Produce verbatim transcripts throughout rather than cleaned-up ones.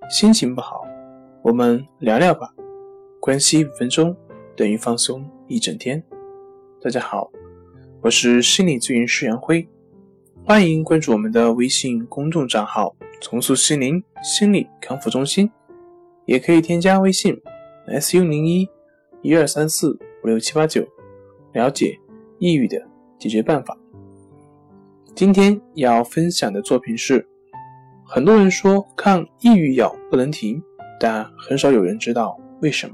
心情不好，我们聊聊吧，关系五分钟等于放松一整天。大家好，我是心理咨询师杨辉，欢迎关注我们的微信公众账号重塑心灵心理康复中心，也可以添加微信 S U 零一 一二三四五六七八九 了解抑郁的解决办法。今天要分享的作品是，很多人说抗抑郁药不能停，但很少有人知道为什么。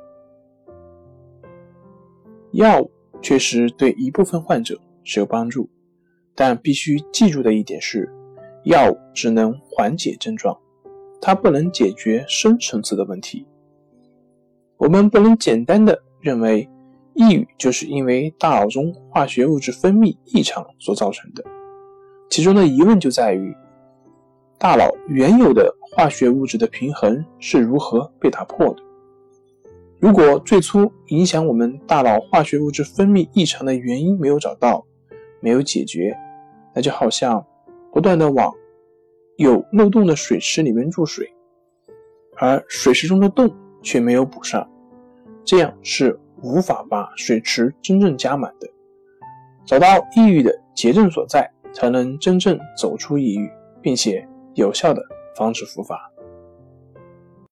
药物确实对一部分患者是有帮助，但必须记住的一点是，药物只能缓解症状，它不能解决深层次的问题。我们不能简单的认为抑郁就是因为大脑中化学物质分泌异常所造成的，其中的疑问就在于大脑原有的化学物质的平衡是如何被打破的。如果最初影响我们大脑化学物质分泌异常的原因没有找到，没有解决，那就好像不断的往有漏洞的水池里面注水，而水池中的洞却没有补上，这样是无法把水池真正加满的。找到抑郁的结症所在，才能真正走出抑郁，并且有效的防止复发。